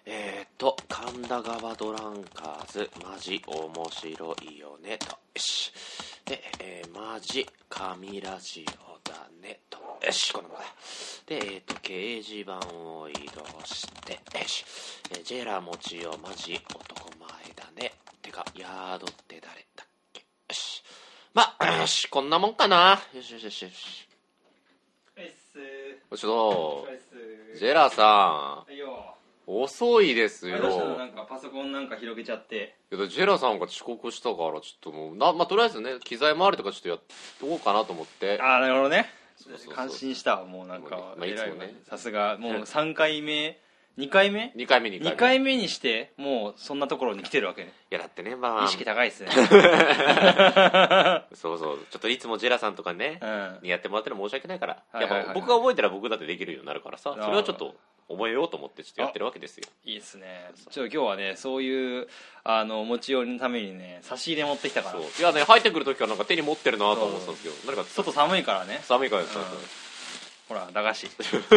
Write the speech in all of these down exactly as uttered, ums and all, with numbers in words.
えーと神田川ドランカーズマジ面白いよねとよしで、えー、マジ神ラジオだねとよしこんなもんだでえーと掲示板を移動してよし、えー、ジェラもちよマジ男前だねてかヤードって誰だっけよしまあよしこんなもんかなよしよしよしよしちょっとジェラさん遅いですよ。 なんかパソコンなんか広げちゃって。 いやジェラさんが遅刻したからちょっともうなまあとりあえずね機材周りとかちょっとやっておこうかなと思って。 ああなるほどね。 そうそうそう感心したわもうなんか、 まあ、いつもねさすがもうさんかいめにかいめにかいめにかいめにかいめにしてもうそんなところに来てるわけね。 いやだってねまあ意識高いっすねそうそうちょっといつもジェラさんとかね、うん、にやってもらってるの申し訳ないから、はいはいはいはい、やっぱ僕が覚えたら僕だってできるようになるからさそれはちょっと覚えようと思ってちょっとやってるわけですよ。 いいですね。ちょっと今日はねそういうあの持ち寄りのためにね差し入れ持ってきたから。そういやね入ってくる時からなんか手に持ってるなと思ってたんですけど何か外寒いからね寒いからです、うん、 ほら駄菓子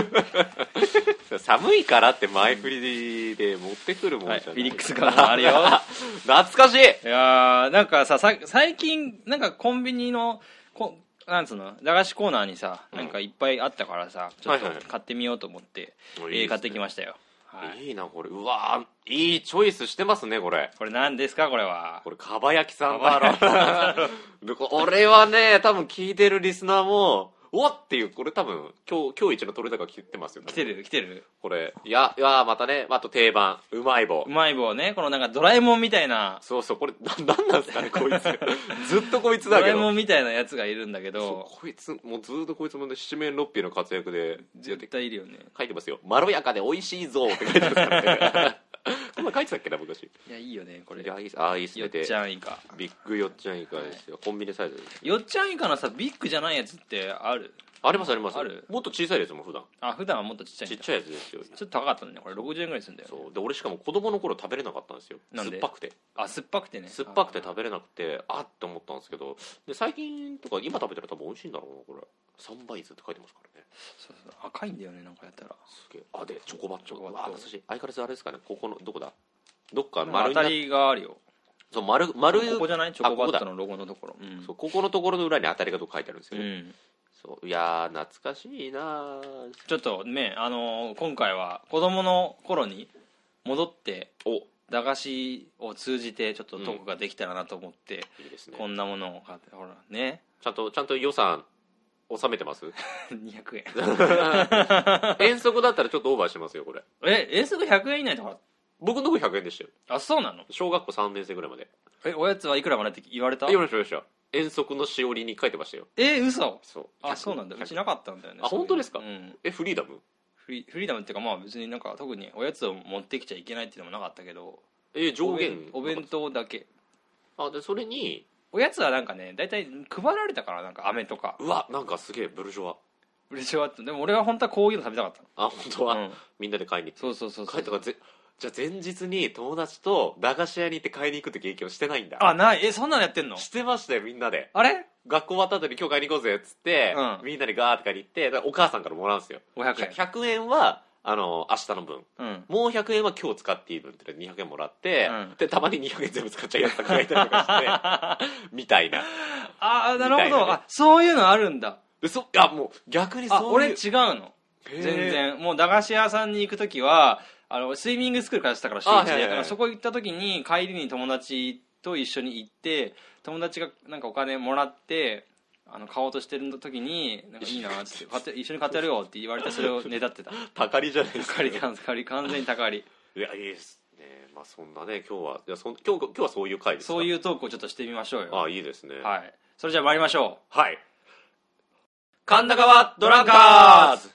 寒いからって前振りで持ってくるもんじゃない、はい、フィリックスからあるよ懐かしい。いやーなんかささ最近なんかコンビニのこなんつうの駄菓子コーナーにさなんかいっぱいあったからさ、うん、ちょっと買ってみようと思って、はいはいえー、買ってきましたよ。 はい、いいなこれうわいいチョイスしてますねこれ。 これ何ですかこれは。 これかば焼きさんだろ俺はね多分聞いてるリスナーもおっっていうこれ多分今日今日一の取れ高来てますよね。 来てる来てるこれいやいやまたねあと定番うまい棒うまい棒ねこのなんかドラえもんみたいなそうそうこれななんなんですかねこいつずっとこいつだけどドラえもんみたいなやつがいるんだけどこいつもうずっとこいつもね七面六臂の活躍で絶対いるよね。 書いてますよまろやかで美味しいぞって書いてますからねこんな書いてたっけな昔。いやいいよねこれ。 いやいいあいいっすね。 よっちゃんイカビッグよっちゃんイカですよ、はい、コンビニサイズです、ね、 よっちゃんイカのさビッグじゃないやつってある。 ありますあります。 ある。 もっと小さいですもん普段。 あ普段はもっとちっちゃいんだ。 ちっちゃいやつですよ。 ちょっと高かったんだねこれろくじゅうえんぐらいするんだよ。 そうで俺しかも子供の頃食べれなかったんですよ。 なんで酸っぱくて。 あ酸っぱくてね。 酸っぱくて食べれなくてあって思ったんですけどで最近とか今食べてる多分美味しいんだろうなこれ。サンバイズって書いてますからね。 そうそう赤いんだよねなんかやったら。 すげえ。あでチョコバッチョ。あ懐かしい。相変わらずあれですかねここのどこだどっか丸い当たりがあるよ。 そう丸丸ここじゃないチョコバットのロゴのところ。 ここ、うん、そうここのところの裏に当たりがどっか書いてあるんですよね。 うんそういやー懐かしいな。 ちょっとねあのー、今回は子供の頃に戻ってお駄菓子を通じてちょっとトークができたらなと思って、 うんいいですね、 こんなものを買ってほらねちゃんとちゃんと予算収めてますにひゃくえん遠足だったらちょっとオーバーしてますよこれ。 え遠足ひゃくえん以内とか。 僕のとこひゃくえんでしたよ。 あそうなの。 小学校さんねん生ぐらいまで。 えおやつはいくらまでって言われた。 言われました言われました。遠足のしおりに書いてましたよ。 え嘘。 そうあそうなんだ。うちなかったんだよね。 あ本当ですか、 うん、 えフリーダムフリフリーダムっていうかまあ別になんか特におやつを持ってきちゃいけないっていうのもなかったけどえ上限お弁当だけ。 あでそれにおやつはなんかね大体配られたからなんか飴とか。 うわなんかすげえブルジョワブルジョワって。でも俺は本当はこういうの食べたかったの。 あ本当は、うん、みんなで買いに行って。 そうそうそうそう。 帰ったからぜじゃあ前日に友達と駄菓子屋に行って買いに行くって経験をしてないんだ。 あないえそんなのやってんの。 してましたよみんなで。 あれ学校終わった後に今日買いに行こうぜっつって、うん、みんなでガーって買いに行ってお母さんからもらうんですよ。 ごひゃくえん。 ひゃくえんはあの明日の分、 うん、 もうひゃくえんは今日使っていい分ってにひゃくえんもらって、うん、でたまににひゃくえん全部使っちゃうやつとかがいたりとかしてみたいな。 あなるほど、ね、あそういうのあるんだ。 でそあもう逆にそういう。あ俺違うの全然。もう駄菓子屋さんに行くときはあのスイミングスクールからしたから週いちで、だからそこ行った時に帰りに友達と一緒に行って友達がなんかお金もらってあの買おうとしてる時になんかいいなって買って一緒に買ってやるよって言われてそれをねだってた。 たかりじゃないですか。 たかりたかり完全にたかり。 いやいいですね。まあそんなね今日はいやそん今日今日はそういう回ですか。 そういうトークをちょっとしてみましょうよ。 あいいですね。 はい。それじゃあ参りましょう。はい。神田川ドランカーズ。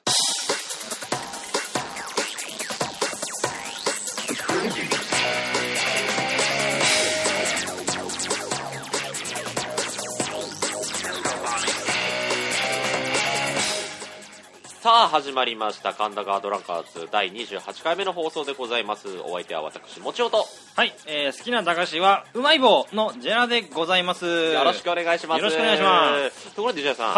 さあ始まりました神田川ドランカーズだいにじゅうはちかいめの放送でございます。お相手は私もちおと。 はい、えー、好きな駄菓子はうまい棒のジェラでございます。 よろしくお願いします。 よろしくお願いします。 ところでジェラさん、 はい、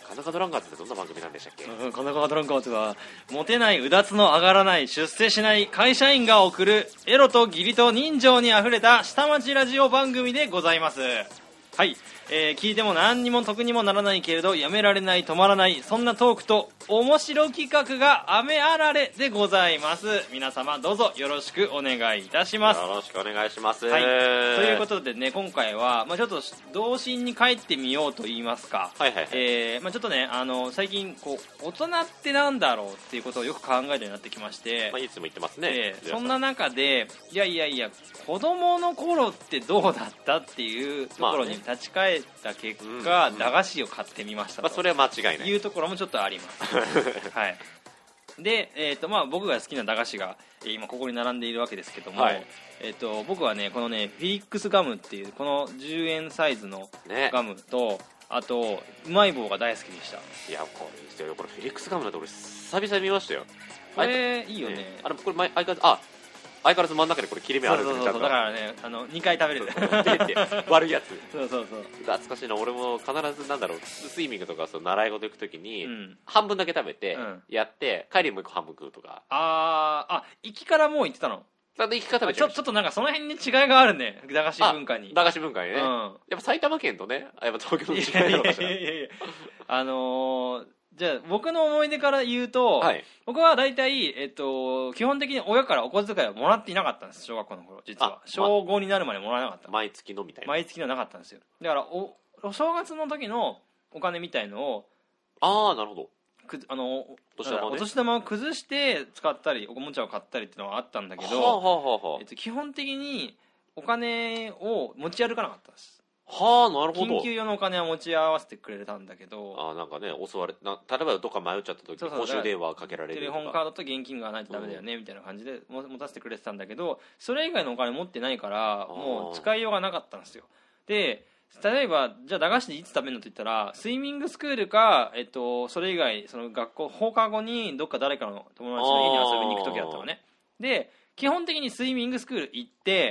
神奈川ドランカーズってどんな番組なんでしたっけ？ うん、神奈川ドランカーズはモテないうだつの上がらない出世しない会社員が送るエロと義理と人情にあふれた下町ラジオ番組でございます。はい、えー、聞いても何にも得にもならないけれどやめられない止まらないそんなトークと面白企画が雨あられでございます。皆様どうぞよろしくお願いいたします。 よろしくお願いします。 はい、ということでね、今回は、まあ、ちょっと童心に帰ってみようと言いますか、 はいはいはい、 えーまあ、ちょっとねあの最近こう大人ってなんだろうっていうことをよく考えるようになってきまして、 まあ、いつも言ってますね、 えー、そんな中でいやいやいや子供の頃ってどうだったっていうところに立ち返った結果、まあね、駄菓子を買ってみましたと、 まあ、それは間違いないいうところもちょっとありますはい、で、えーとまあ、僕が好きな駄菓子が今ここに並んでいるわけですけども、はい、えーと僕はねこのねフィリックスガムっていうこのじゅうえんサイズのガムと、ね、あとうまい棒が大好きでした。 いやこれこれフィリックスガムだと俺久々に見ましたよ。 これいいよね。 ねあれこれ前相変わらずあ相変わらず真ん中にこれ切れ目あるんですよ。 そうそうそうだからねあのにかい食べれるって悪いやつそうそうそう懐かしいな。俺も必ずなんだろうスイミングとかそう習い事行くときに、うん、半分だけ食べて、うん、やって帰りもう一個半分食うとか。 あーあ行きからもう行ってたの。 なんで行き方ちょちょっとなんかその辺に違いがあるね駄菓子文化に。 駄菓子文化にね、うん、やっぱ埼玉県とねやっぱ東京の違いなのかしら。いやいやいやあのーじゃあ僕の思い出から言うと、はい、僕は大体、えっと、基本的に親からお小遣いをもらっていなかったんです小学校の頃実は小ごになるまでもらえなかった。 毎月のみたいな。 毎月のなかったんですよ。だから お, お正月の時のお金みたいのをああなるほどくあのお年玉、ね、 お年玉を崩して使ったりおもちゃを買ったりっていうのはあったんだけど、 はあはあはあえっと、基本的にお金を持ち歩かなかったんです。 はあなるほど。 緊急用のお金は持ち合わせてくれたんだけどあなんかね襲われな例えばどっか迷っちゃった時に公衆電話かけられるとかテレホンカードと現金がないとダメだよね、うん、みたいな感じで持たせてくれてたんだけどそれ以外のお金持ってないからもう使いようがなかったんですよ。で例えばじゃあ駄菓子でいつ食べるのと言ったらスイミングスクールか、えっと、それ以外その学校放課後にどっか誰かの友達の家に遊びに行く時だったのね。で基本的にスイミングスクール行って、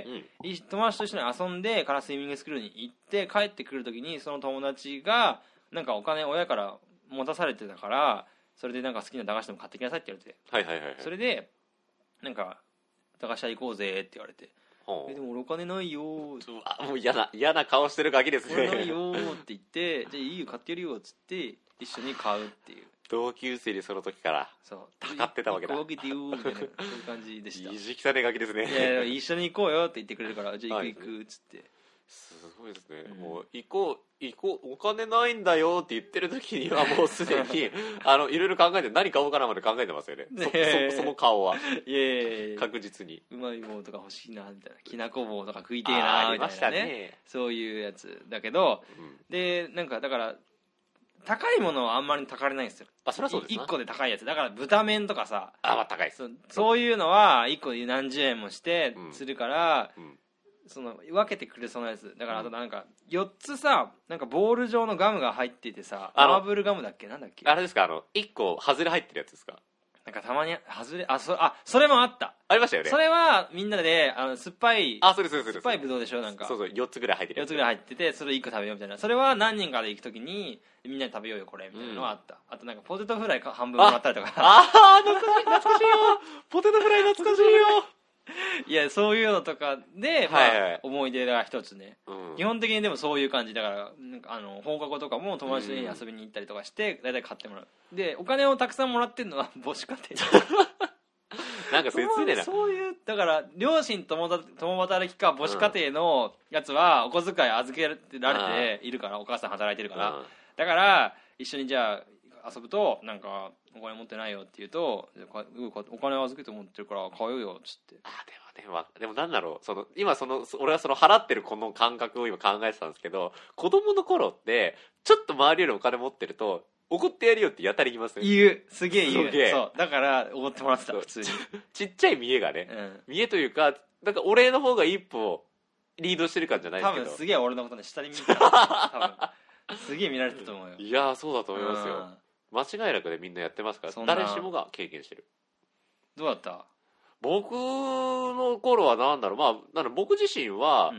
うん、友達と一緒に遊んでからスイミングスクールに行って帰ってくる時にその友達がなんかお金親から持たされてたからそれでなんか好きな駄菓子でも買ってきなさいって言われて、 はいはいはいはい、 それでなんか駄菓子屋行こうぜって言われて、はあ、えでも俺お金ないよーうわもう嫌な嫌な顔してるガキですね。 お金ないよーって言ってじゃあいいよ買ってやるよっつって一緒に買うっていう同級生にその時からたかってたわけだ。 分けてよみたいなそういう感じでした。 意地汚ねガキですね。 いや一緒に行こうよって言ってくれるからじゃあ行く行くっつって、はい、 すごいですね、うん、もう行こう行こうお金ないんだよって言ってる時にはもうすでにあのいろいろ考えて何買おうかなまで考えてますよね。そ, そ, その顔はいやいや確実にうまい棒とか欲しいなみたいなきなこ棒とか食いてえなみたいな ね, ねそういうやつだけど、うん、でなんかだから高いものはあんまりたかれないんですよ。 あそりゃそうですいっこで高いやつだから豚麺とかさあ、まあ、高いです。 そ, そういうのはいっこで何十円もしてするから、うんうん、その分けてくれそうなやつだからあとなんかよっつさなんかボール状のガムが入っててさマーブルガムだっけなんだっけあれですかあのいっこ外れ入ってるやつですか。 なんかたまに外れあ そ, あそれもあったありましたよね。 それはみんなであの酸っぱいあそうですそうです酸っぱいぶどうでしょなんかそうそうよっつぐらい入ってるよっつぐらい入っててそれいっこ食べようみたいなそれは何人かで行くときにみんなで食べようよこれみたいなのはあった、うん、あとなんかポテトフライ半分もらったりとかああ懐かしい懐かしいよポテトフライ懐かしいよいやそういうのとかで、まあはいはい、思い出が一つね、うん、基本的にでもそういう感じだからなんかあの放課後とかも友達と家に遊びに行ったりとかして大体買ってもらうでお金をたくさんもらってるのは母子家庭なんか切ねえなそういうだから両親共働きか母子家庭のやつはお小遣い預けられているから、うん、お母さん働いてるから、うん、だから一緒にじゃあ遊ぶとなんかお金持ってないよって言うとお金預けて持ってるから買うよっつってあでもでもでもなんだろうその今その俺はその払ってるこの感覚を今考えてたんですけど子供の頃ってちょっと周りよりお金持ってると怒ってやるよってやたり言いますね。 言うすげえ言うそうだから怒ってもらってた普通にちっちゃい見栄がね、うん、見栄というかなんか俺の方が一歩リードしてる感じゃないですけど多分すげえ俺のことね下に見てた多分すげえ見られてたと思うよ。 いやそうだと思いますよ、うん間違いなくでみんなやってますから誰しもが経験してる。 どうだった？ 僕の頃はなんだろうまあなんだろう僕自身は、うん、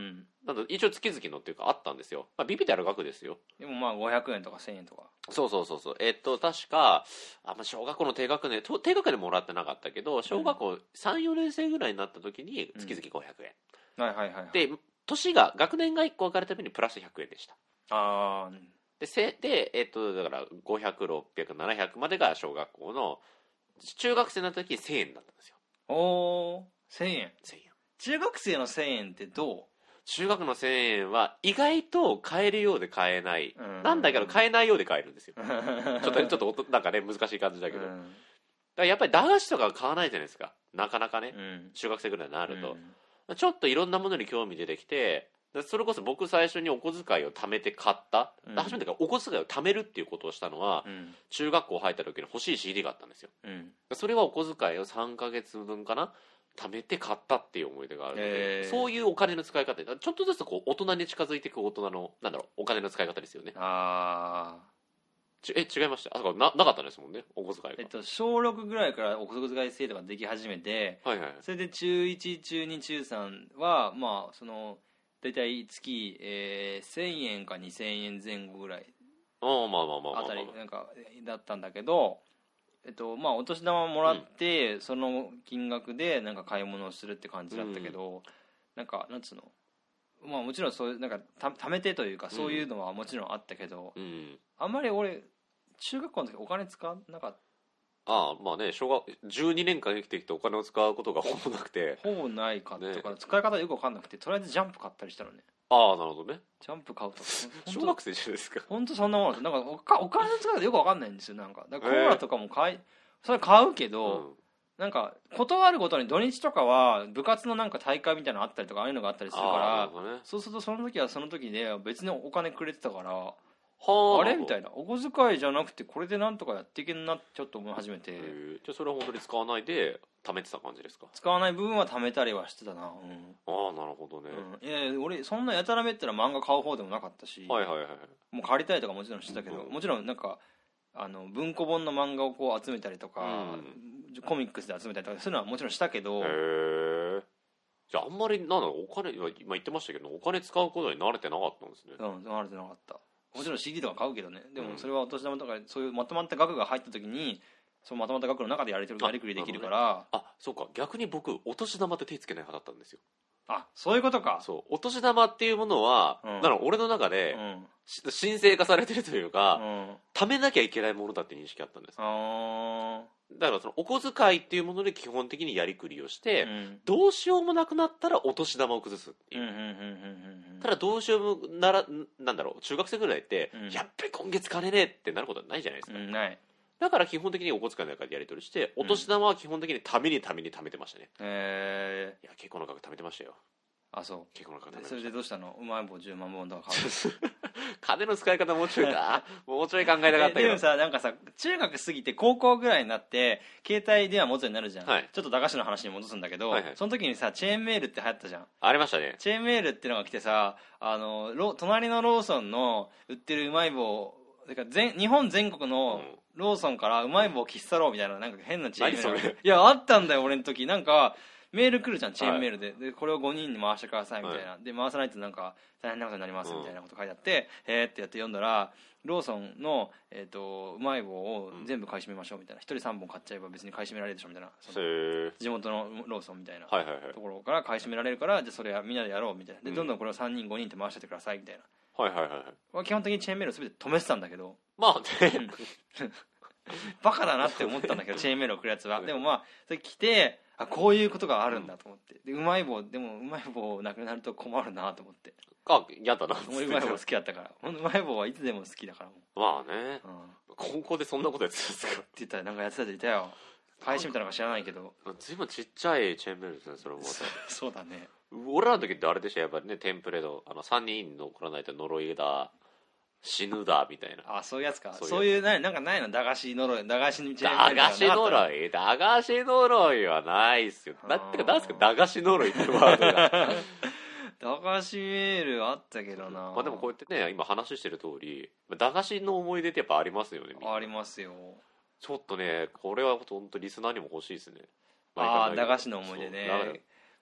なんだ一応月々のっていうかあったんですよ、まあ、ビビってある額ですよ。 でもまあごひゃくえんとかせんえんとか。 そうそうそうそう、えっと確かあ、まあ、小学校の低学年と低学年もらってなかったけど小学校さん、よねん生ぐらいになった時に月々ごひゃくえん、 うん、はいはいはい、はい、 で年が学年がいっこ上がるためにプラスひゃくえんでした。 ああでせでえっとだからごひゃく、ろっぴゃく、ななひゃくまでが小学校の、中学生の時せんえんだったんですよ。 おおせんえん。 せんえん。 中学生のせんえんってどう？ 中学のせんえんは意外と買えるようで買えない、 うん、 なんだけど買えないようで買えるんですよちょっとちょっとなんかね難しい感じだけど、うん、だからやっぱり駄菓子とか買わないじゃないですかなかなかね、うん、中学生ぐらいになると、うん、ちょっといろんなものに興味出てきて、それこそ僕最初にお小遣いを貯めて買った、うん、初めてからお小遣いを貯めるっていうことをしたのは、うん、中学校入った時に欲しい シーディー があったんですよ、うん、それはお小遣いをさんかげつぶんかな貯めて買ったっていう思い出があるので、そういうお金の使い方でちょっとずつこう大人に近づいていく大人のなんだろうお金の使い方ですよね。あちえ違いました。あそこ な, なかったですもんねお小遣いが、 えっと、小ろくぐらいからお小遣い制度ができ始めて、はいはい、それで中いち中に中さんはまあその大体月、えー、せんえんかにせんえん前後ぐらいあたりなんかだったんだけど、えっとまあ、お年玉もらって、うん、その金額でなんか買い物をするって感じだったけど、うん、なんかなんつうの、まあ、もちろんそういうなんかた貯めてというかそういうのはもちろんあったけど、うん、あんまり俺中学校の時お金使わなかった。 ああまあね小学じゅうにねんかん生きてきてお金を使うことがほぼなくてほぼないかとか、ね、使い方よく分かんなくてとりあえずジャンプ買ったりしたのね。 ああなるほどね。 ジャンプ買うと小学生じゃないですか。 本当そんなもんです。なんかおかお金の使い方よく分かんないんですよ。なんかだからコーラとかも買いそれ買うけど、うん、なんか断るごとに土日とかは部活のなんか大会みたいなのあったりとかああいうのがあったりするから、ね、そうするとその時はその時で別にお金くれてたから、はあ、あれみたいな、お小遣いじゃなくてこれでなんとかやっていけんなってちょっと思い始めて。じゃあそれは本当に使わないで貯めてた感じですか。 使わない部分は貯めたりはしてたな、うん、 ああなるほどね、 うん、いやいや俺そんなやたらめったら漫画買う方でもなかったし、 はいはいはい、 もう借りたいとかもちろんしてたけど、うん、もちろんなんかあの文庫本の漫画をこう集めたりとか、うん、コミックスで集めたりとかそういうのはもちろんしたけど、へえ。じゃああんまりなんだろうお金今言ってましたけどお金使うことに慣れてなかったんですね。 うん慣れてなかった。もちろん シーディー とか買うけどね、でもそれはお年玉とかそういうまとまった額が入った時にそのまとまった額の中でやり取りやりくりできるから。 あ,、ね、あそうか逆に僕お年玉って手つけない派だったんですよ。 あそういうことか。 そうお年玉っていうものは、うん、だから俺の中で、うん、神聖化されてるというか、うん、貯めなきゃいけないものだって認識あったんです。あだからそのお小遣いっていうもので基本的にやりくりをして、うん、どうしようもなくなったらお年玉を崩すっていう。ただどうしようもならなんだろう中学生ぐらいって、うん、やっぱり今月金ねえってなることはないじゃないですか、 うん、ない。 だから基本的にお小遣いの中でやり取りしてお年玉は基本的にためにために貯めてましたね。へ、うん、いや結構な額貯めてましたよ。 あそう結構な額貯めてました。 それでどうしたのうまい棒じゅうまんぼんとか買う金の使い方もうちょいだもうちょい考えたかったけどでもさなんかさ中学過ぎて高校ぐらいになって携帯電話持つようになるじゃん、はい、ちょっと駄菓子の話に戻すんだけど、はいはい、その時にさチェーンメールって流行ったじゃん。 ありましたね。 チェーンメールってのが来てさあのロ隣のローソンの売ってるうまい棒だから全日本全国のローソンからうまい棒を消し去ろうみたいななんか変なチェーンメール。何それ。いやあったんだよ俺の時。なんかメール来るじゃんチェーンメールで、はい、でこれをごにんに回してくださいみたいな、はい、で回さないとなんか大変なことになりますみたいなこと書いてあって、うん、へーってやって読んだらローソンの、えー、とうまい棒を全部買い占めましょうみたいな、ひとりさんぼん買っちゃえば別に買い占められるでしょみたいな、その地元のローソンみたいなところから買い占められるから、じゃあそれはみんなでやろうみたいなで、どんどんこれをさんにんごにんって回してってくださいみたいな、はいはいはい、基本的にチェーンメールを全て止めてたんだけど、まあねバカだなって思ったんだけどチェーンメールを送るやつは。でもまあそれ来てあこういうことがあるんだと思って、でうまい棒でもうまい棒なくなると困るなと思って。 あ嫌だな。 俺うまい棒好きだったからうまい棒はいつでも好きだからもう。 まあね、うん、高校でそんなことやってたんですかって言ったらなんかやってた人いたよ。配信みたいなのか知らないけどずいぶんちっちゃいチェーンメールですねそれもそうだね。 俺らの時ってあれでしたやっぱりねテンプレのあのさんにん残らないと呪いだ死ぬだみたいな。 あそういうやつか。そういうなんなんかないの駄菓子呪い駄菓子に駄菓子呪い駄菓子呪いはないっすよ。だってかなんすか駄菓子呪いってワードが駄菓子メールあったけどな。 まあでもこうやってね今話してる通り駄菓子の思い出ってやっぱありますよね。 ありますよ。 ちょっとねこれは本当リスナーにも欲しいですね。 ああ駄菓子の思い出ね。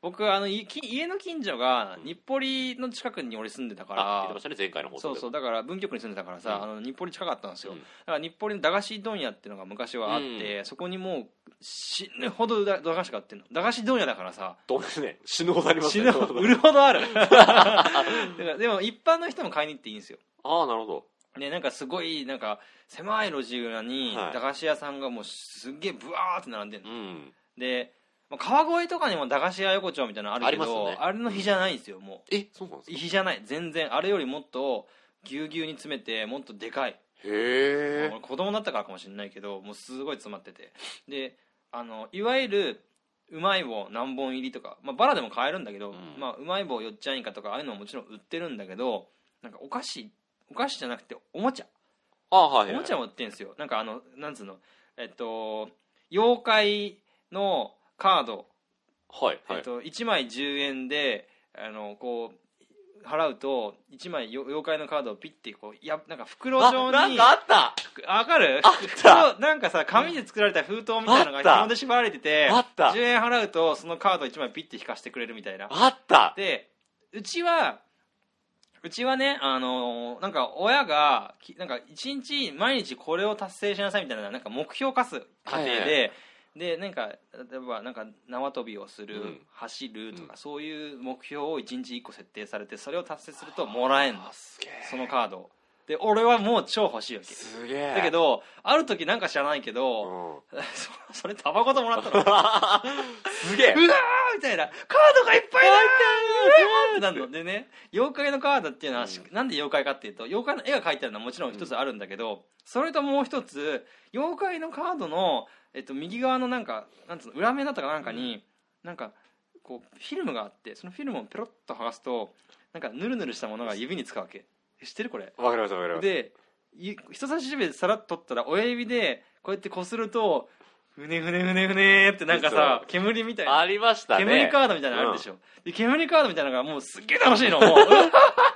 僕あのいき家の近所が日暮里の近くに俺住んでたから、 あ言ってましたね前回の放送で。 そうそうだから文京区に住んでたからさ、 うん、 あの日暮里近かったんですよ、 うん、 だから日暮里の駄菓子問屋っていうのが昔はあって、うん、そこにもう死ぬほど駄菓子が売ってるの。駄菓子問屋だからさ、 どうですね、死ぬほどありますね。 死ぬほど売るほどあるだからでも一般の人も買いに行っていいんですよ。 ああなるほど。 でなんかすごいなんか狭い路地裏に駄菓子屋さんがもうすっげえブワーって並んでるの、うん、で川越とかにも駄菓子屋横丁みたいなのあるけど あ,、ね、あれの日じゃないんですよ。もうえそうなんですか。 日じゃない、全然あれよりもっとぎゅうぎゅうに詰めてもっとでかい。 へえ。 俺子供だったからかもしれないけどもうすごい詰まってて、であのいわゆるうまい棒何本入りとか、まあ、バラでも買えるんだけど、うんまあ、うまい棒よっちゃんいかとかああいうのももちろん売ってるんだけど、なんかお菓子お菓子じゃなくておもちゃ、 あ、はいはい、 おもちゃも売ってるんですよ。なんかあのなんつうのえっと妖怪のカード、 はいはい、 えっと、いちまいじゅうえんであのこう払うといちまい妖怪のカードをピッてこうやなんか袋状に、 あなんかあったわかる？ あったなんかさ紙で作られた封筒みたいなのが紐で縛られてて、 あったじゅうえん払うとそのカードいちまいピッて引かしてくれるみたいな。 あったでうちはうちはね、あのー、なんか親がなんかいちにち毎日これを達成しなさいみたいななんか目標を課す過程で、はいはいはい、でなんか例えばなんか縄跳びをする、うん、走るとか、うん、そういう目標をいちにちいっこ設定されてそれを達成するともらえんの、そのカードを。で俺はもう超欲しいわけ。 すげえ。 だけどある時なんか知らないけど、うん、そ, それタバコともらったのすげえ。 うわーみたいな、カードがいっぱいだーってなるのでね、妖怪のカードっていうのは、うん、なんで妖怪かっていうと妖怪の絵が描いてあるのはもちろん一つあるんだけど、うん、それともう一つ妖怪のカードの、えっと、右側のなんかなんつうの裏面だったかなんかに、うん、なんかこうフィルムがあって、そのフィルムをペロッと剥がすとなんかヌルヌルしたものが指につくわけ。知ってるこれ？ わかりますわかります。 で人差し指でさらっと取ったら親指でこうやってこするとふねふねふねふねってなんかさ煙みたいなありましたね。 煙カードみたいなのあるでしょ、うん、で煙カードみたいなのがもうすっげえ楽しいのもう楽しい楽しい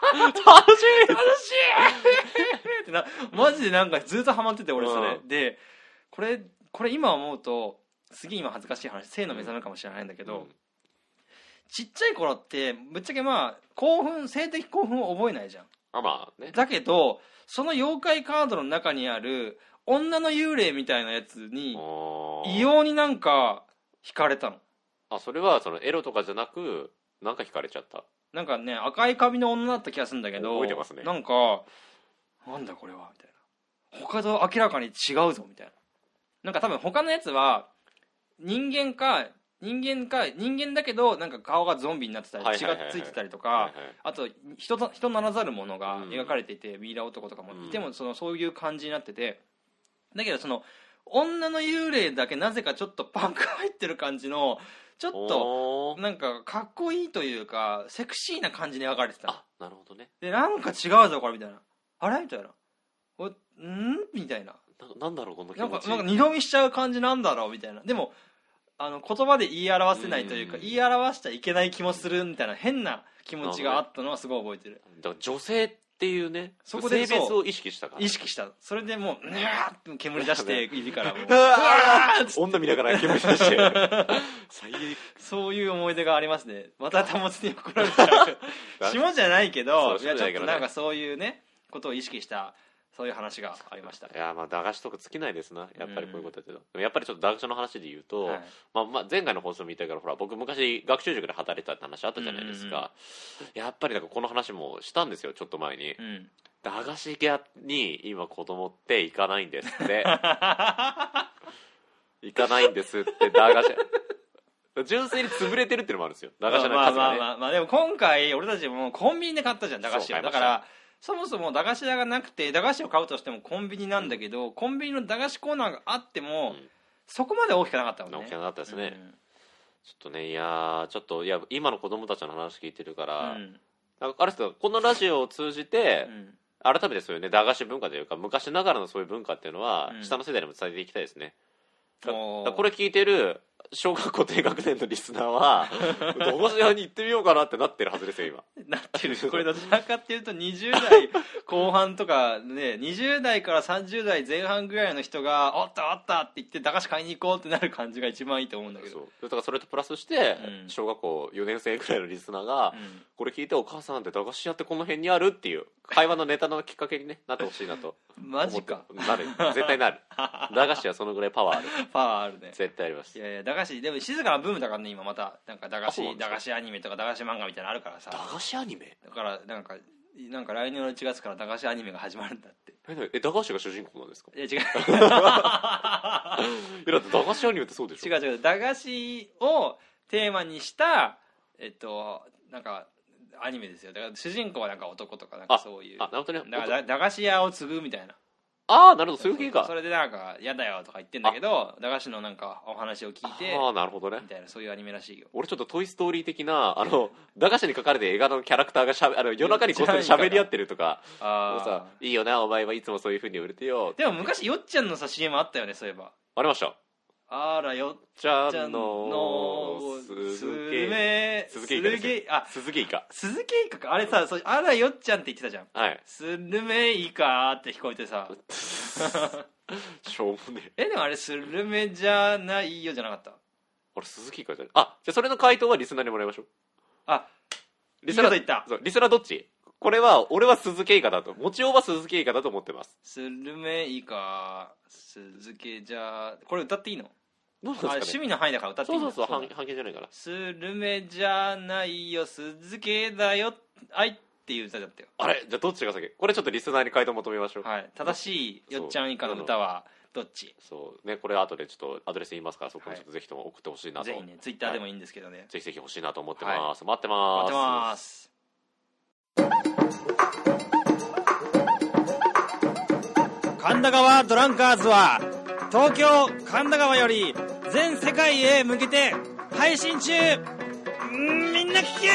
ってなマジでなんかずっとハマってて俺それ、うん、でこれこれ今思うとすげえ今恥ずかしい話性の目覚めかもしれないんだけど、うん、ちっちゃい頃ってぶっちゃけまあ興奮性的興奮を覚えないじゃん。 あまあね、 だけどその妖怪カードの中にある女の幽霊みたいなやつに異様になんか惹かれたの。 あ、それはそのエロとかじゃなくなんか惹かれちゃった。 なんかね赤い髪の女だった気がするんだけど、 覚えてますね。 なんかなんだこれはみたいな、他と明らかに違うぞみたいな。なんか多分他のやつは人間か人間か人間だけどなんか顔がゾンビになってたり血がついてたりとか、あと 人, 人ならざるものが描かれていて、うん、ミイラ男とかもいてもそのそういう感じになってて、だけどその女の幽霊だけなぜかちょっとパンク入ってる感じのちょっとなんかかっこいいというかセクシーな感じに描かれてた。 あ、なるほどね。 でなんか違うぞこれみたいな、あれみたいな、おんみたいな、 な, なんだろうこの気なん持ち、 かなんか二度見しちゃう感じなんだろうみたいな。でもあの言葉で言い表せないというか、うん、言い表しちゃいけない気もするみたいな変な気持ちがあったのはすごい覚えてる。 だから女性っていうね、そこで性別を意識したから、 意識した。それでもううわーって煙出して指からもう女見ながら煙出して最悪。そういう思い出がありますね。また保つに怒られちゃう下じゃないけど、いやちょっとなんかそういうねことを意識したそういう話がありました。 いやまあ駄菓子とか尽きないですな、やっぱりこういうことだけど、うん、やっぱりちょっと駄菓子の話で言うと、はい、まあ、まあ前回の放送見たからほら僕昔学習塾で働いてたって話あったじゃないですか、うんうんうん、やっぱりなんかこの話もしたんですよちょっと前に、うん、駄菓子屋に今子供って行かないんですって行かないんですって駄菓子屋純粋に潰れてるっていうのもあるんですよ駄菓子屋の数がね。 まあまあまあまあでも今回俺たちもコンビニで買ったじゃん駄菓子屋だからそもそも駄菓子屋がなくて駄菓子を買うとしてもコンビニなんだけど、うん、コンビニの駄菓子コーナーがあっても、うん、そこまで大きくなかったもんね。 大きくなかったですね、うん、ちょっとねいやちょっといや今の子供たちの話聞いてるから、うん、なんかあれですかこのラジオを通じて、うん、改めてそういうね駄菓子文化というか昔ながらのそういう文化っていうのは、うん、下の世代にも伝えていきたいですね。だだこれ聞いてる小学校低学年のリスナーは駄菓子屋に行ってみようかなってなってるはずですよ今。 なってる。これどちらかっていうとにじゅう代後半とかね、にじゅう代からさんじゅう代前半ぐらいの人がおったおったって言って駄菓子買いに行こうってなる感じが一番いいと思うんだけど。 そうだからそれとプラスして、うん、小学校よねん生ぐらいのリスナーが、うん、これ聞いてお母さんって駄菓子屋ってこの辺にあるっていう会話のネタのきっかけに、ね、なってほしいなとマジか。 なる、絶対なる。駄菓子はそのぐらいパワーある。 パワーあるね。 絶対あります。 いやいや、駄菓子でも静かなブームだからね今また。なんか駄菓子駄菓子アニメとか駄菓子漫画みたいなのあるからさ。 駄菓子アニメだからなんかなんか来年のいちがつから駄菓子アニメが始まるんだって。 ええ駄菓子が主人公なんですか？ いや違う。 えだって駄菓子アニメってそうでしょ。 違う違う、駄菓子をテーマにしたえっとなんかアニメですよ。だから主人公はなんか男とかなんかそういう。 あ、なるほどね。 だから駄菓子屋を継ぐみたいな。 ああ、なるほど、そういう系か。 それでなんか嫌だよとか言ってんだけど、駄菓子のなんかお話を聞いて、 ああ、なるほどね。 みたいなそういうアニメらしいよ。 俺ちょっとトイストーリー的なあの駄菓子に書かれて映画のキャラクターがしゃべあの夜中にこっそり喋り合ってるとか、ああ、さいいよなお前はいつもそういう風に売れてよ。 でも昔よっちゃんのさ シーエム あったよねそういえば。 ありました。 あらよっちゃんの鈴毛鈴毛イカです。あ、鈴毛イカ。 鈴毛イカか。あれさ、そあらよっちゃんって言ってたじゃん。 はい。 スルメイカって聞こえてさ。 しょうもねえ。えでもあれスルメじゃないよじゃなかった？ あれ鈴木イカじゃない。あ、じゃあそれの回答はリスナーにもらいましょう。 あ、 リスナー言った。 そうリスナーどっち？これは俺は鈴木イカだと、もちおは鈴木イカだと思ってます。 スルメイカ鈴木じゃこれ歌っていいの？ どうなんですかね、 あ趣味の範囲だから歌っていいんだ。 そうそうそう、半径じゃないから。 スルメじゃないよ鈴木だよあいっていう歌だったよ。 あれじゃあどっちが先？これちょっとリスナーに回答求めましょう。 はい、正しいよっちゃん以下の歌はどっち？ そうね、これ後でちょっとアドレス言いますから、そこにちょっとぜひとも送ってほしいなと、 はい、ぜひねツイッターでもいいんですけどね、はい、 ぜひぜひ欲しいなと思ってます、 はい、 待ってます待ってます。神田川ドランカーズは東京神田川より全世界へ向けて配信中。みんな聞け。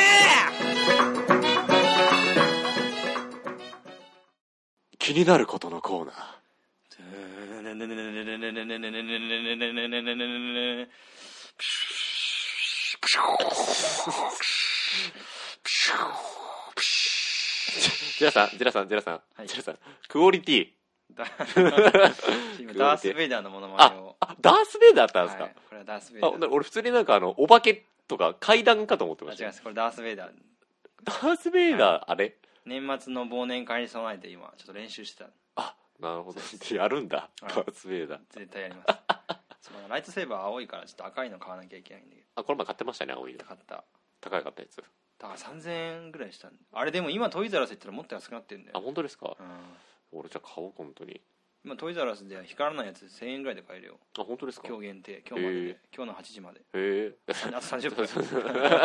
気になることのコーナー。ジェラさん、ジェラさん、ジェラさん、はい、ジェラさん、クオリティ今ダース・ベイダーのものまねを。 あ、ダース・ベイダーだったんですか、はい、 これはダース・ベイダー。 あ、俺普通になんかあのお化けとか階段かと思ってました。 違います、これダース・ベイダー。 ダース・ベイダー、はい、あれ年末の忘年会に備えて今ちょっと練習してた。 あ、なるほど。やるんだ、はい、ダース・ベイダー絶対やりますそのライトセーバー青いからちょっと赤いの買わなきゃいけないんだけど。 あ、これ前買ってましたね、青いの。 買った。 高かったやつだからさんぜんえんぐらいしたんで。あれでも今トイザらス行ったらもっと安くなってるんだよ。 あ、本当ですか、 うん、 俺じゃあ買おう本当に。 今トイザらスでは光らないやつせんえんぐらいで買えるよ。 あ、本当ですか。 今日限定、今日までで、今日のはちじまで。へえあとさんじゅっぷん買い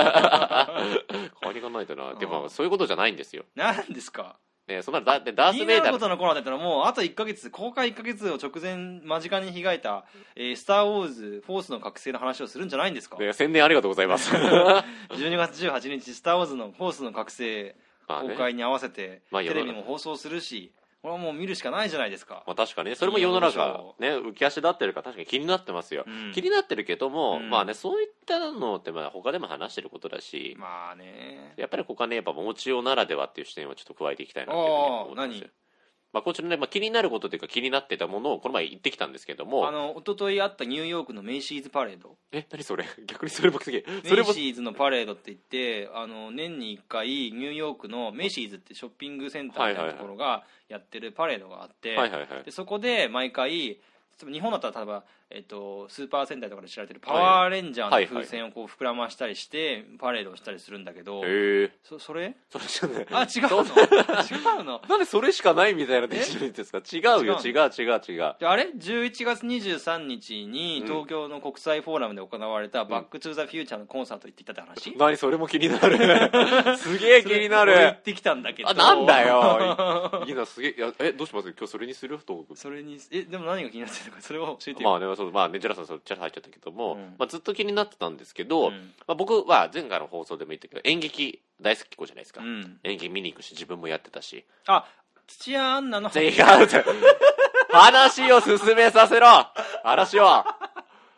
に行かないとな。でもそういうことじゃないんですよ。 なんですか。 ね、そんなダース・ベイダー。 気になることの頃だったらもうあといっかげつ、公開いっかげつを直前間近に控えた、えー、スター・ウォーズフォースの覚醒の話をするんじゃないんですか。 ね、宣伝ありがとうございますじゅうにがつじゅうはちにちスター・ウォーズのフォースの覚醒公開に合わせて、まあね、テレビも放送するし、これはもう見るしかないじゃないですか。 まあ、確かにね、それも世の中ね浮き足立ってるから確かに気になってますよ、うん、気になってるけども、うん、まあねそういったのってまあ他でも話してることだし、 まあね、 やっぱり他ねやっぱもちおならではっていう視点をちょっと加えていきたいなっていうふうに思ってますよ。まあ、こちらね、まあ、気になることというか気になってたものをこの前言ってきたんですけども、 あの一昨日あったニューヨークのメイシーズパレード。 え、何それ逆にそれ僕すげえ。 メイシーズのパレードって言ってあの年にいっかいニューヨークのメイシーズってショッピングセンターみたいなところがやってるパレードがあって、 はいはいはい、 でそこで毎回日本だったら例えば、えっと、スーパー戦隊とかで知られてるパワーレンジャーの風船をこう膨らましたりしてパレードをしたりするんだけど、 へそそれそれじゃない。 あ、違うの違うのなんでそれしかないみたいなできるんですか。違うよ、違う違う違う。 あれじゅういちがつにじゅうさんにちに東京の国際フォーラムで行われたバックトゥザフューチャーのコンサート行ってきたって話、うん、 何それも気になるすげえ気になる。 行ってきたんだけど。 あ、なんだよいいな、すげえ。え、どうします今日それにすると。 それに、え、でも何が気になってるのかそれを教えてよ。 まあね、そう、まあね、ジェラさんそっち入っちゃったけども、うん、まあ、ずっと気になってたんですけど、うん、まあ、僕は前回の放送でも言ったけど演劇大好き子じゃないですか、うん、演劇見に行くし自分もやってたし。 あ、土屋アンナの違う話を進めさせろ話を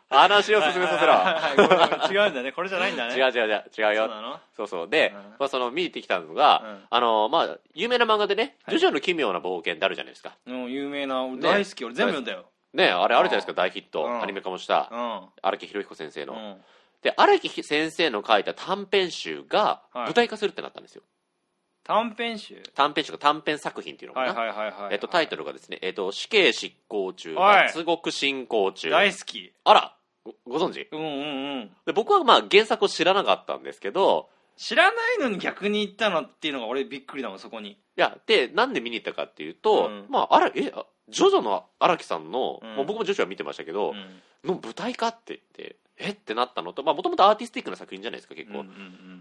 話を進めさせろ。 はいはい、違うんだね、これじゃないんだね。 違う違う違う違うよ。 そうなの？ そうそうで、 うん、 まあ、その見に行ってきたのが、うん、あのまあ有名な漫画でね、 はい、 ジョジョの奇妙な冒険ってあるじゃないですか。 うん、有名な、俺大好き、ね、俺全部読んだよ。 ね、あれあるじゃないですか、大ヒット、 うん、 アニメ化もした荒、うん、木宏彦先生の、うん、で荒木先生の書いた短編集が舞台化するってなったんですよ。 短編集短編集が短編作品っていうのかな、 はいはいはいはい、 えっと、タイトルがですね、えっと、死刑執行中、脱獄進行中。 大好き。 あら、ご、ご存知？ うんうんうん。 で、僕はまあ原作を知らなかったんですけど、 知らないのに逆に行ったのっていうのが俺びっくりだもん、そこに。いや、で、なんで見に行ったかっていうと、うん、まあ、あら、え、ジョジョの荒木さんの、うん、もう僕もジョジョは見てましたけど、うん、の舞台化って言って、えってなったのと、まあ、もともとアーティスティックな作品じゃないですか、結構。うんうんうん、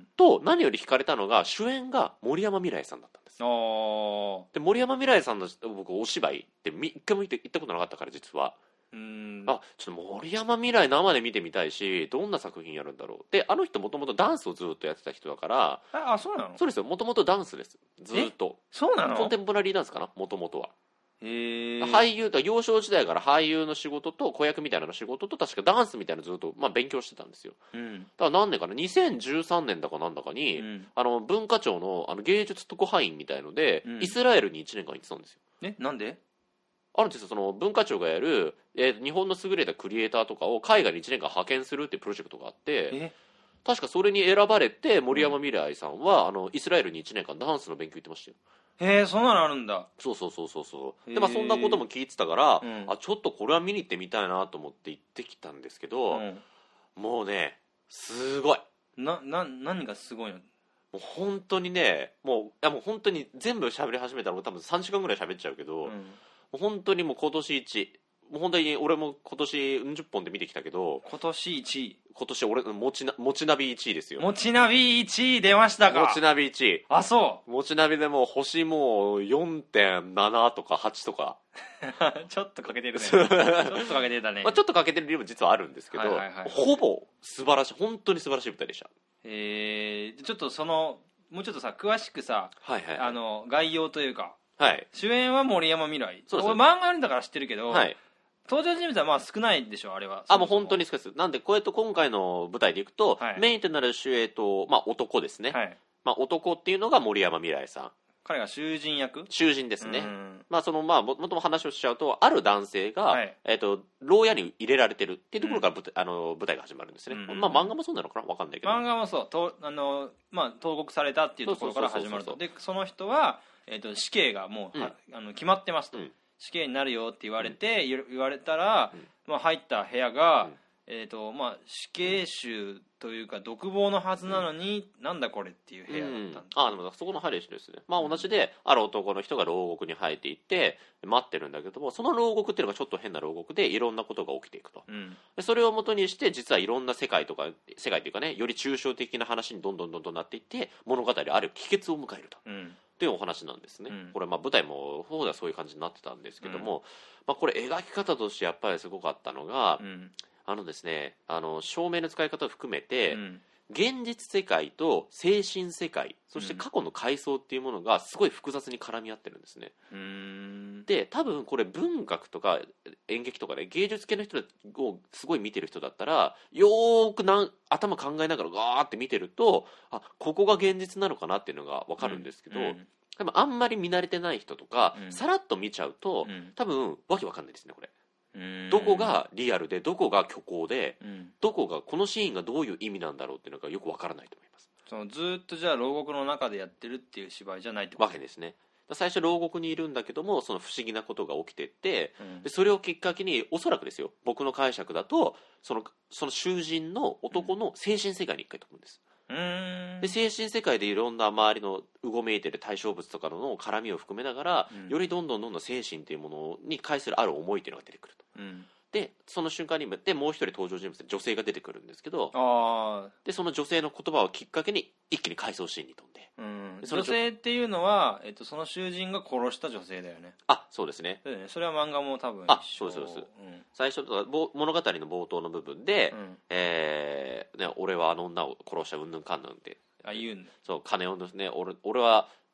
と、何より惹かれたのが、主演が森山未來さんだったんです。で、森山未来さんの僕、お芝居って一回も行ったことなかったから、実は。うん、あ、ちょっと森山未来生で見てみたいし、どんな作品やるんだろう。で、あの人もともとダンスをずっとやってた人だから。 あ、そうなの？ そうですよ、もともとダンスです。ずっと。 そうなの？ コンテンポラリーダンスかな、もともとは。 へー。 俳優だ、幼少時代から俳優の仕事と子役みたいなの仕事と確かダンスみたいなのずっと、まあ、勉強してたんですよ、うん、だから何年かなにせんじゅうさんねんだかなんだかに、うん、あの文化庁の、あの芸術特派員みたいので、うん、イスラエルにいちねんかん行ってたんですよ。 え、なんで？ あるんですよ、その文化庁がやる、えー、日本の優れたクリエイターとかを海外にいちねんかん派遣するっていうプロジェクトがあって、確かそれに選ばれて森山未來さんは、うん、あのイスラエルにいちねんかんダンスの勉強行ってましたよ。 へえ、そんなのあるんだ。 そうそうそうそうそうで、まあ、そんなことも聞いてたから、うん、あ、ちょっとこれは見に行ってみたいなと思って行ってきたんですけど、うん、もうねすごいな、な、何がすごいの？ もう本当にね、もう、いやもう本当に全部喋り始めたらもう多分さんじかんぐらい喋っちゃうけど、うん、もう本当にもう今年一、もう本当に俺も今年うん十本で見てきたけど、 今年いちい、今年俺もちなもちナビいちいですよ。 もちナビいちい出ましたか。 もちナビいちい。 あ、そう。 もちナビでもう星もう よんてんなな とかはちとかちょっとかけてるね。ちょっとかけてたね。 まあちょっとかけてる理由も実はあるんですけど、はいはいはい、ほぼ素晴らしい、本当に素晴らしい舞台でした。 えー、ちょっとそのもうちょっとさ詳しくさ、はいはいはい、あの概要というか、 はい、 主演は森山未来。そうです。俺漫画読んだから知ってるけど、はい、登場人物はまあ少ないでしょ、あれは。 あ、もう本当に少ないです。なんでこうやって今回の舞台でいくと、はい、メインとなる主演と、まあ、男ですね、はい、まあ、男っていうのが森山未来さん。 彼が囚人役？ 囚人ですね。まあそのまあもともと話をしちゃうと、ある男性が、はい、えっ、ー、と牢屋に入れられてるっていうところから舞台、うん、あの舞台が始まるんですね。うん、まあ漫画もそうなのかな、わかんないけど。 漫画もそう、とあのまあ投獄されたっていうところから始まると。でその人はえっ、ー、と死刑がもう、うん、あの決まってますと、うん、死刑になるよって言われて、うん、言われたら、うん、まあ入った部屋が。うん、えーとまあ、死刑囚というか独房のはずなのに、うん、なんだこれっていう部屋だったんです、 うん、あでもそこの配慮ですね。まあ同じで、ある男の人が牢獄に入っていって待ってるんだけども、その牢獄っていうのがちょっと変な牢獄でいろんなことが起きていくと、うん、でそれをもとにして実はいろんな世界とか世界というかね、より抽象的な話にどんどんどんどんなっていって物語ある帰結を迎えると、うん、というお話なんですね、うん、これまあ舞台も方ではそういう感じになってたんですけども、うん、まあ、これ描き方としてやっぱりすごかったのが、うん、あのですね、あの照明の使い方を含めて、うん、現実世界と精神世界、そして過去の回想っていうものがすごい複雑に絡み合ってるんですね。うーんで多分これ文学とか演劇とかね、芸術系の人をすごい見てる人だったらよーくなん頭考えながらガーって見てると、あ、ここが現実なのかなっていうのが分かるんですけど、うんうん、多分あんまり見慣れてない人とか、うん、さらっと見ちゃうと、うん、多分わけわかんないですねこれ。どこがリアルでどこが虚構で、うん、どこがこのシーンがどういう意味なんだろうっていうのがよくわからないと思います。 そのずっとじゃあ牢獄の中でやってるっていう芝居じゃないってことわけですね。最初牢獄にいるんだけども、その不思議なことが起きてって、うん、でそれをきっかけにおそらくですよ、僕の解釈だとそのその囚人の男の精神世界に一回飛ぶんです。うーんで精神世界でいろんな周りのうごめいてる対象物とかの絡みを含めながら、うん、よりどんどんどんどん精神というものに対するある思いというのが出てくると、うん、でその瞬間にでもう一人登場人物で女性が出てくるんですけど、あでその女性の言葉をきっかけに一気に回想シーンに飛んで、うん、 女性っていうのは、えっと、その囚人が殺した女性だよね。 あ、そうですね。 そ う, ねそれは漫画も多分一緒。あ、そうですそうです、うん、最初とか物語の冒頭の部分で、うんえーね、俺はあの女を殺したうんぬんかんぬんってあ言うんだ。 そう金をですね、俺俺は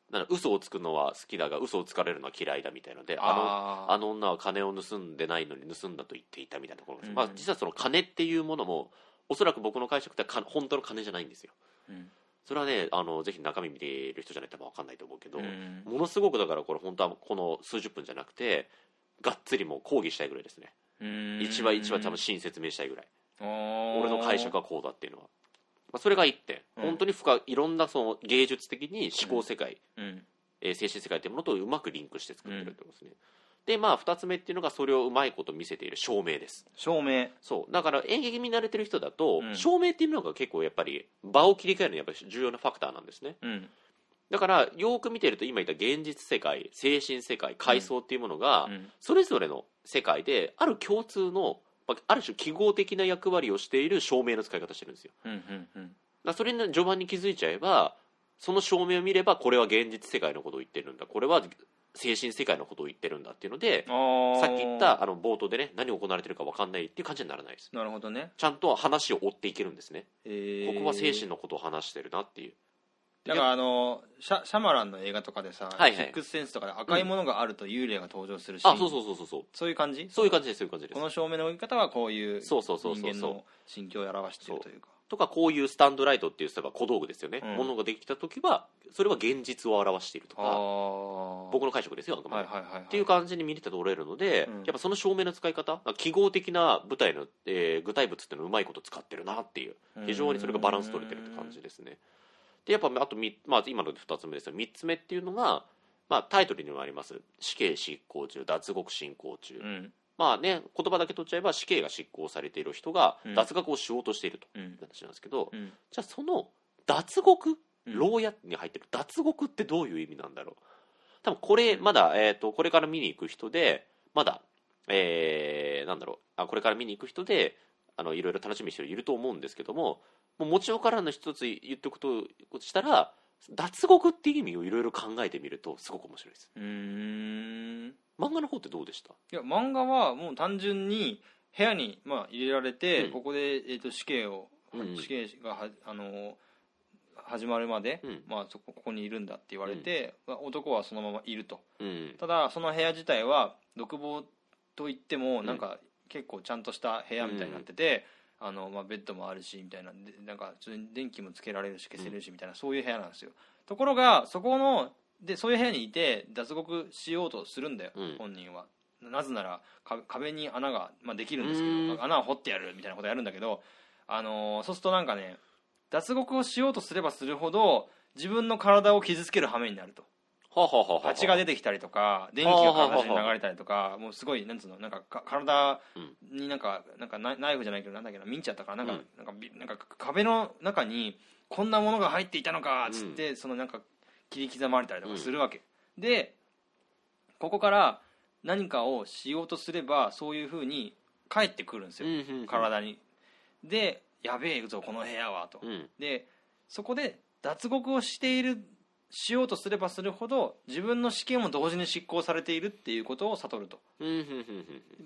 なんか嘘をつくのは好きだが嘘をつかれるのは嫌いだみたいので、あのあの女は金を盗んでないのに盗んだと言っていたみたいなところです、うん、まあ、実はその金っていうものもおそらく僕の解釈では本当の金じゃないんですよ、うん、それはね、あのぜひ中身見ている人じゃないと分かんないと思うけど、うん、ものすごくだからこれ本当はこの数十分じゃなくてがっつりもう講義したいぐらいですね、一話一話多分真説明したいぐらい、俺の解釈はこうだっていうのは、まあ、それが一点、うん、本当に深いいろんなその芸術的に思考世界、うんえー、精神世界というものとうまくリンクして作ってるってことですね、うん、でまあ二つ目っていうのがそれをうまいこと見せている照明です。 照明、 そうだから演劇見慣れてる人だと、うん、照明っていうのが結構やっぱり場を切り替えるのにやっぱり重要なファクターなんですね、うん、だからよく見てると今言った現実世界、精神世界、階層っていうものが、うん、それぞれの世界である共通のある種記号的な役割をしている照明の使い方してるんですよ、うんうんうん、だそれに序盤に気づいちゃえばその照明を見ればこれは現実世界のことを言ってるんだ、これは精神世界のことを言ってるんだっていうので、さっき言ったあの冒頭でね何が行われてるか分かんないっていう感じにならないです。 なるほどね。 ちゃんと話を追っていけるんですね、えー、ここは精神のことを話してるなっていう。 だからあのシャ、シャマランの映画とかでさ、はいはい、シックスセンスとかで赤いものがあると幽霊が登場するし、うん、あそうそうそうそうそういう感じそういう感じですそういう感じです。 この照明の動き方はこういう人間の心境を表しているというか、 とかこういうスタンドライトっていう小道具ですよね、うん、ものができた時はそれは現実を表しているとか、僕の解釈ですよあくまで、はいはいはいはい、っていう感じに見れて取れるので、うん、やっぱその照明の使い方記号的な舞台の、えー、具体物っていうのをうまいこと使ってるなっていう、非常にそれがバランス取れてるって感じですね。でやっぱあと、まあ、今のでふたつめですよ。みっつめっていうのが、まあ、タイトルにもあります死刑執行中、脱獄進行中、うん、まあね言葉だけ取っちゃえば死刑が執行されている人が脱獄をしようとしているという話なんですけど、うんうん、じゃあその脱獄、牢屋に入ってる脱獄ってどういう意味なんだろう。多分これまだ、えーと、これから見に行く人でまだ、えー、なんだろうあこれから見に行く人であのいろいろ楽しみにしてる人いると思うんですけども、もう持ちよからの一つ言っておくとしたら脱獄っていう意味をいろいろ考えてみるとすごく面白いです。うーん漫画の方ってどうでした？ いや漫画はもう単純に部屋に、まあ、入れられて、うん、ここで、えー、と死刑を、うん、死刑がはあの始まるまで、うんまあ、そこここにいるんだって言われて、うん、男はそのままいると、うん、ただその部屋自体は独房といってもなんか、うん、結構ちゃんとした部屋みたいになってて、あのまあ、ベッドもあるしみたいな、なんか電気もつけられるし消せるしみたいな、うん、そういう部屋なんですよ。ところがそこのでそういう部屋にいて脱獄しようとするんだよ、うん、本人は。なぜなら壁に穴が、まあ、できるんですけど、穴を掘ってやるみたいなことやるんだけど、あのー、そうするとなんかね脱獄をしようとすればするほど自分の体を傷つける羽目になると。蜂が出てきたりとか電気が体中に流れたりとか、もうすごいなんつうの、なんか体になんかなんかナイフじゃないけどなんだっけな、ミンチやったからなんか、うん、なんかなんか壁の中にこんなものが入っていたのかっつって、うん、そのなんか切り刻まれたりとかするわけ、うん、でここから何かをしようとすればそういう風に帰ってくるんですよ、うんうんうん、体に。でやべえぞこの部屋はと、うん、でそこで脱獄をしているしようとすればするほど自分の死刑も同時に執行されているっていうことを悟ると、うんうんうんうん、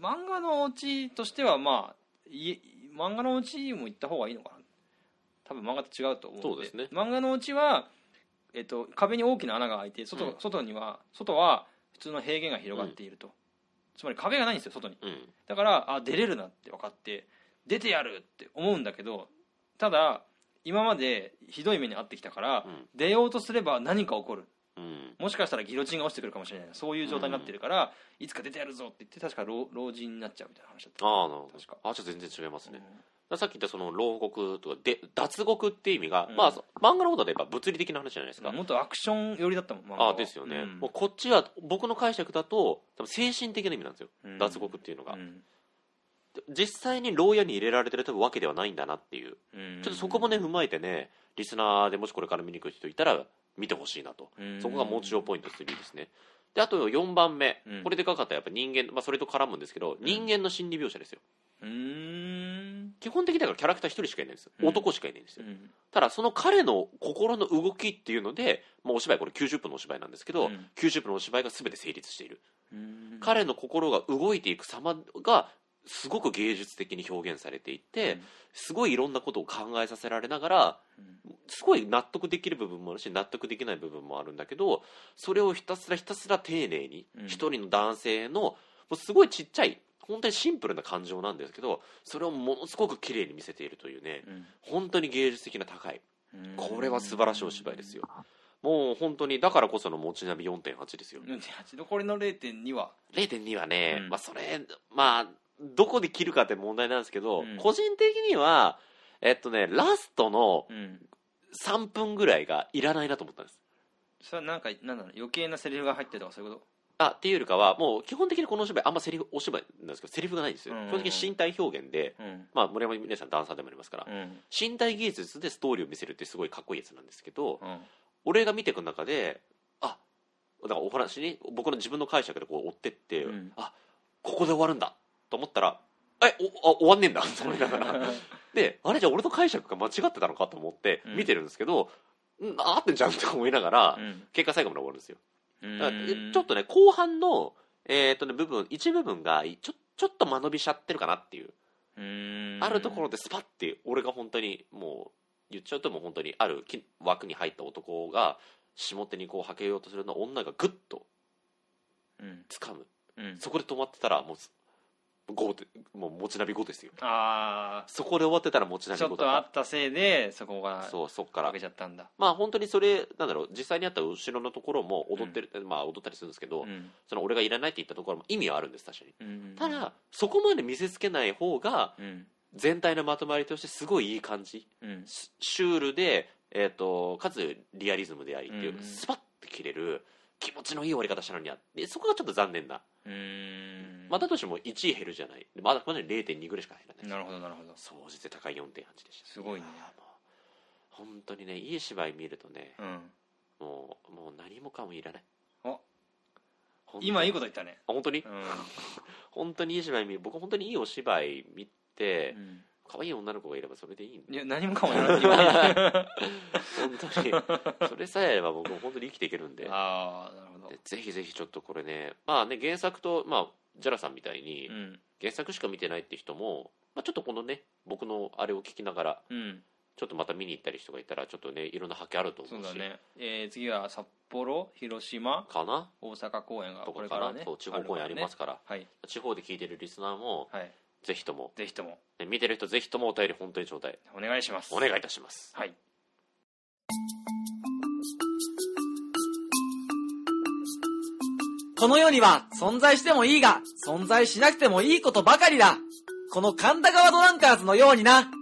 漫画のオチとしてはまあい漫画のオチも言った方がいいのかな、多分漫画と違うと思うので。そうですね、漫画のオチは、えっと、壁に大きな穴が開いて 外,、うん、外には外は普通の平原が広がっていると、うん、つまり壁がないんですよ外に、うん、だからあ出れるなって分かって出てやるって思うんだけど、ただ今までひどい目に遭ってきたから、うん、出ようとすれば何か起こる、うん、もしかしたらギロチンが落ちてくるかもしれない、そういう状態になってるから、うん、いつか出てやるぞって言って確か 老, 老人になっちゃうみたいな話だった。 ああなるほど、確かあじゃあ全然違いますね、うん、さっき言ったその牢獄とかで脱獄っていう意味が、うんまあ、漫画の方だとやっぱ物理的な話じゃないですか、 うん、もっとアクション寄りだったもん漫画は。あですよね、うん、もうこっちは僕の解釈だと多分精神的な意味なんですよ、うん、脱獄っていうのが、うん実際に牢屋に入れられてるわけではないんだなっていう、うん、ちょっとそこもね踏まえてね、リスナーでもしこれから見に行く人いたら見てほしいなと、うん、そこがモチオポイントスリーですね。であとよんばんめ、うん、これでかかったらやっぱ人間、まあ、それと絡むんですけど、うん、人間の心理描写ですよ。うーん基本的にだからキャラクター一人しかいないんです、うん、男しかいないんですよ、うん、ただその彼の心の動きっていうので、まあ、お芝居これきゅうじゅっぷんのお芝居なんですけど、うん、きゅうじゅっぷんのお芝居が全て成立している、うん、彼の心が動いていく様がすごく芸術的に表現されていて、うん、すごいいろんなことを考えさせられながら、うん、 すごい納得できる部分もあるし納得できない部分もあるんだけど、それをひたすらひたすら丁寧に一、うん、人の男性のもうすごいちっちゃい本当にシンプルな感情なんですけど、それをものすごく綺麗に見せているというね、うん、本当に芸術的な高い、これは素晴らしいお芝居ですよ。もう本当にだからこその持ちナビ よんてんはち ですよ。 よんてんはち 残りの れいてんに はれいてんに はね、うん、まあそれまあどこで切るかって問題なんですけど、うん、個人的にはえっとねラストのさんぷんぐらいがいらないなと思ったんです。 それはなんかなんだろう、余計なセリフが入ってるとかそういうこと？ あっていうよりかはもう基本的にこのお芝居あんまセリフお芝居なんですけどセリフがないんですよ、うんうん、基本的に身体表現で、うん、まあ森山峰さんダンサーでもありますから、うん、身体芸術でストーリーを見せるってすごいかっこいいやつなんですけど、うん、俺が見ていく中であだからお話に僕の自分の解釈でこう追ってって、うん、あここで終わるんだと思ったらえおあ終わんねえんだと思いながらであれじゃあ俺の解釈が間違ってたのかと思って見てるんですけど、うん、あ合ってんじゃんって思いながら、うん、結果最後まで終わるんですよ。だからちょっとね後半の、えーとね、部分一部分がちょ、ちょっと間延びしちゃってるかなっていう、うーんあるところでスパッて俺が本当にもう言っちゃうともう本当にある枠に入った男が下手にこうはけようとするのを女がグッと掴む、うん、そこで止まってたらもうごでもう持ちナビごですよ。あそこで終わってたら持ちナビごだちょっとあったせいでそこがそうそっから負けちゃったんだ。 まあ本当にそれなんだろう実際にあった後ろのところも踊ってる、うん、まあ踊ったりするんですけど、うん、その俺がいらないって言ったところも意味はあるんです確かに、うん、ただそこまで見せつけない方が、うん、全体のまとまりとしてすごいいい感じ、うん、シュールで、えー、とかつリアリズムでありっていう、うん、スパッて切れる気持ちのいい終わり方したのにあってそこがちょっと残念な。うーんまたとしてもいちい減るじゃないまだこれ れいてんに ぐらいしか入らない。 なるほどなるほど。 総じて高い よんてんはち でした。 すごいね。 本当にねいい芝居見るとね、うん、もうもう何もかもいらない。あ今いいこと言ったね。 あ本当に、うん、本当にいい芝居見る僕本当にいいお芝居見て、うん、可愛い女の子がいればそれでいいんだ。 いや何もかもやらない本当にそれさえあれば僕も本当に生きていけるんで。 ああなるほど。 ぜひぜひちょっとこれねまあね原作とまあジャラさんみたいに、うん、原作しか見てないって人も、まあ、ちょっとこのね僕のあれを聞きながら、うん、ちょっとまた見に行ったり人がいたらちょっとねいろんな発見あると思うし。 そうだね、えー、次は札幌広島かな大阪公演がこれからねそう地方公演ありますから、ねはい、地方で聞いてるリスナーも、はい、ぜひともぜひとも、 ね、見てる人ぜひともお便り本当にちょうだいお願いします。 お願いいたします。 はい。 この世には存在してもいいが存在しなくてもいいことばかりだ。この神田川ドランカーズのようにな。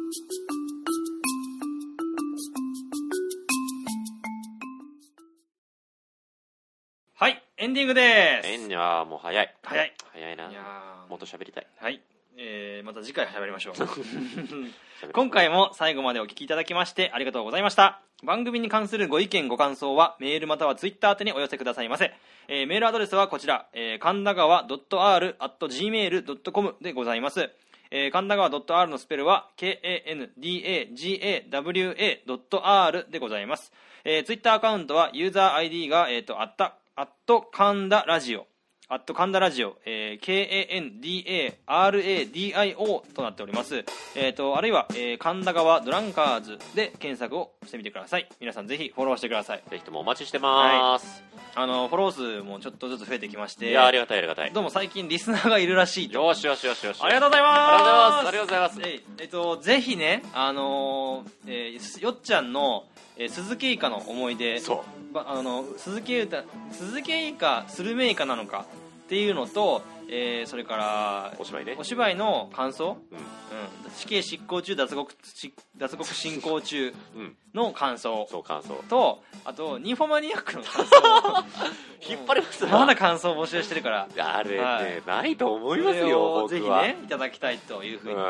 はいエンディングです。 エンディングはもう早い早い早いな。いやもっと喋りたい。 はい、えー、また次回喋りましょう今回も最後までお聞きいただきましてありがとうございました。番組に関するご意見ご感想はメールまたはツイッター宛てにお寄せくださいませ。えー、メールアドレスはこちら、えー、神田川 .r アット ジーメール ドットコム でございます。えー、神田川 .r のスペルは ケーエーエヌディーエージーエーダブリューエードットアール でございます。えー、ツイッターアカウントはユーザー アイディー が、えーと、アット、アット神田ラジオアット神田ラジオ、えー、ケーエーエヌディーエーアールエーディーアイオー となっております。えーと、あるいは、えー、神田川ドランカーズで検索をしてみてください。皆さんぜひフォローしてください。 ぜひともお待ちしてます、 はい、あのフォロー数もちょっとずつ増えてきまして、 いやありがたいありがたい。 どうも最近リスナーがいるらしいと。 よしよしよしよし。 ありがとうございます。 ありがとうございます。 ありがとうございます。えー、えーとぜひねあのーえー、よっちゃんの、えー、鈴木いかの思い出、 そうあの鈴木いか鈴木いかスルメイカなのかっていうのと、えー、それからお芝居ねお芝居の感想、うんうん、死刑執行中脱獄脱獄進行中の感想、 うん、そう感想とあとニンフォマニアックの感想引っ張りますまだ感想を募集してるからあれね、はい、ないと思いますよ。僕はぜひねいただきたいというふうに、うん、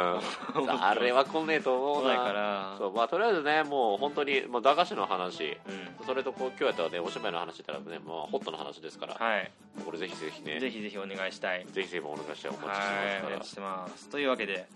あれは来ねえと思うなないからそう、まあ、とりあえずねもう本当にもう駄菓子の話、うん、それとこう今日やったらねお芝居の話だったらねもうホットの話ですから、はい、これぜひぜひねぜひぜひお願いしたい。 ぜひぜひお願いしたい。お待ちしてますから。 はいお待ちしてます。というわけで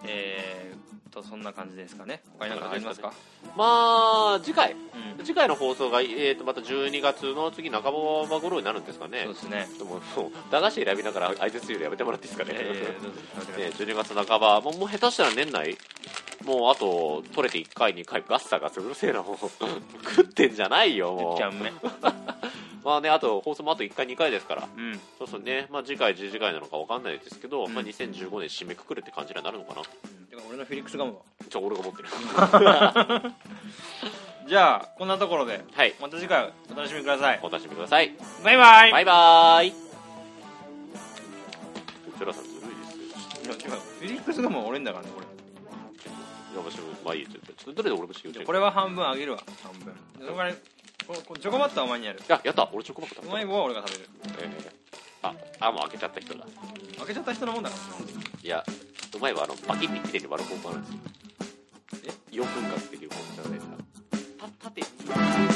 えーとそんな感じですかね。他に何かありますか？ まあ次回、 うん、 次回の放送が、えー、とまたじゅうにがつの次半ば頃になるんですかね。 そうですね。 でももう駄菓子選びながら相手するのやめてもらっていいですかね。 えー、 ねじゅうにがつなかばもう、もう下手したら年内もうあと取れていっかいにかいガッサガサうるせえなもう食ってんじゃないよもうキャンメまあね、あと放送もあといっかいにかいですから、 うん、 そうそうね、まあ、次回次々回なのか分かんないですけど、 うん、 まあ、にせんじゅうごねん締めくくるって感じになるのかな、うん、 てか俺のフィリックスガムはじゃあ俺が持ってるじゃあこんなところで、 はい、 また次回お楽しみください。 お楽しみください。 バイバイバイバーイ。セラさんずるいですよ。 いや違う、フィリックスガムは俺んだからねこれ。 いや私もまあいいよ、ちょっとどれで俺もしよう。 これは半分あげるわ。半分その代わりここチョコバットはお前にやる。 あ、やった、俺チョコバット食べた。 うまい棒は俺が食べる。 えー、ああもう開けちゃった人だ。 開けちゃった人のもんだから。 いやうまい棒あのバキッにきれいに割る方法あるんですよ。えよんぶん割っていう方法じゃないですか。た縦に